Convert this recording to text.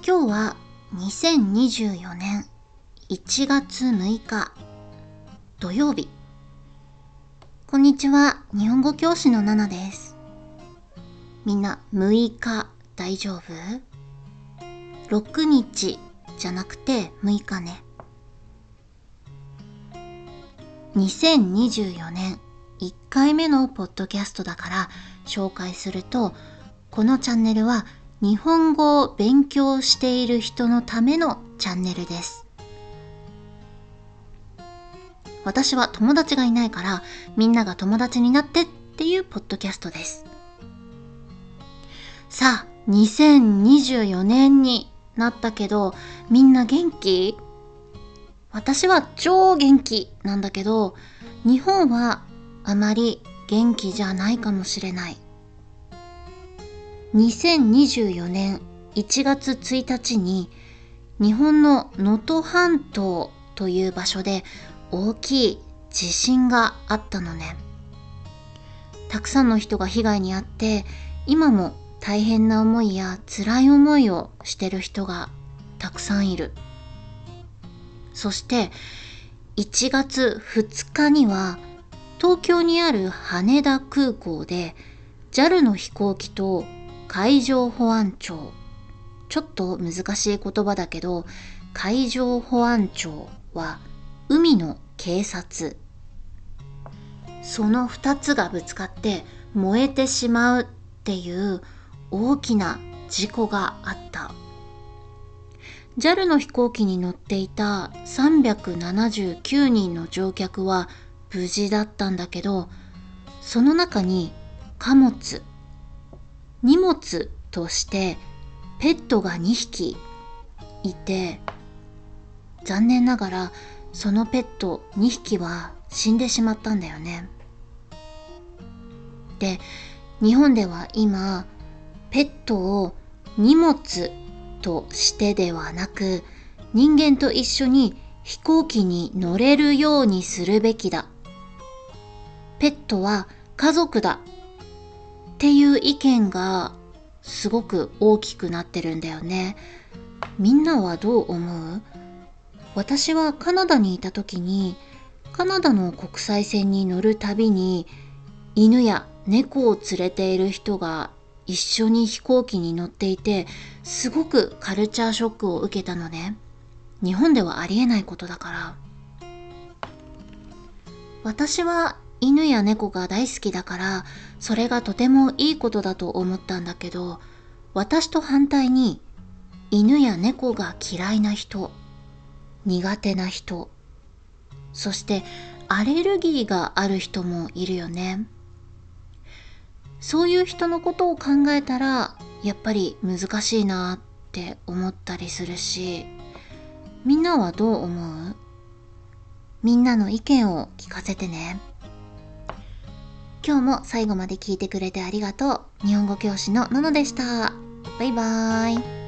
今日は2024年1月6日土曜日。こんにちは、日本語教師のナナです。みんな6日大丈夫？6日じゃなくて6日ね。2024年1回目のポッドキャストだから紹介すると、このチャンネルは日本語を勉強している人のためのチャンネルです。私は友達がいないから、みんなが友達になってっていうポッドキャストです。さあ、2024年になったけど、みんな元気？私は超元気なんだけど、日本はあまり元気じゃないかもしれない。2024年1月1日に日本の能登半島という場所で大きい地震があったのね。たくさんの人が被害に遭って、今も大変な思いや辛い思いをしてる人がたくさんいる。そして1月2日には東京にある羽田空港で JAL の飛行機と海上保安庁、ちょっと難しい言葉だけど、海上保安庁は海の警察、その2つがぶつかって燃えてしまうっていう大きな事故があった。 JAL の飛行機に乗っていた379人の乗客は無事だったんだけど、その中に荷物としてペットが2匹いて、残念ながらそのペット2匹は死んでしまったんだよね。で、日本では今ペットを荷物としてではなく、人間と一緒に飛行機に乗れるようにするべきだ、ペットは家族だっていう意見がすごく大きくなってるんだよね。みんなはどう思う？私はカナダにいた時に、カナダの国際線に乗るたびに犬や猫を連れている人が一緒に飛行機に乗っていて、すごくカルチャーショックを受けたのね。日本ではありえないことだから。私は犬や猫が大好きだから、それがとてもいいことだと思ったんだけど、私と反対に犬や猫が嫌いな人、苦手な人、そしてアレルギーがある人もいるよね。そういう人のことを考えたら、やっぱり難しいなって思ったりするし、みんなはどう思う？みんなの意見を聞かせてね。今日も最後まで聞いてくれてありがとう。日本語教師のののでした。バイバーイ。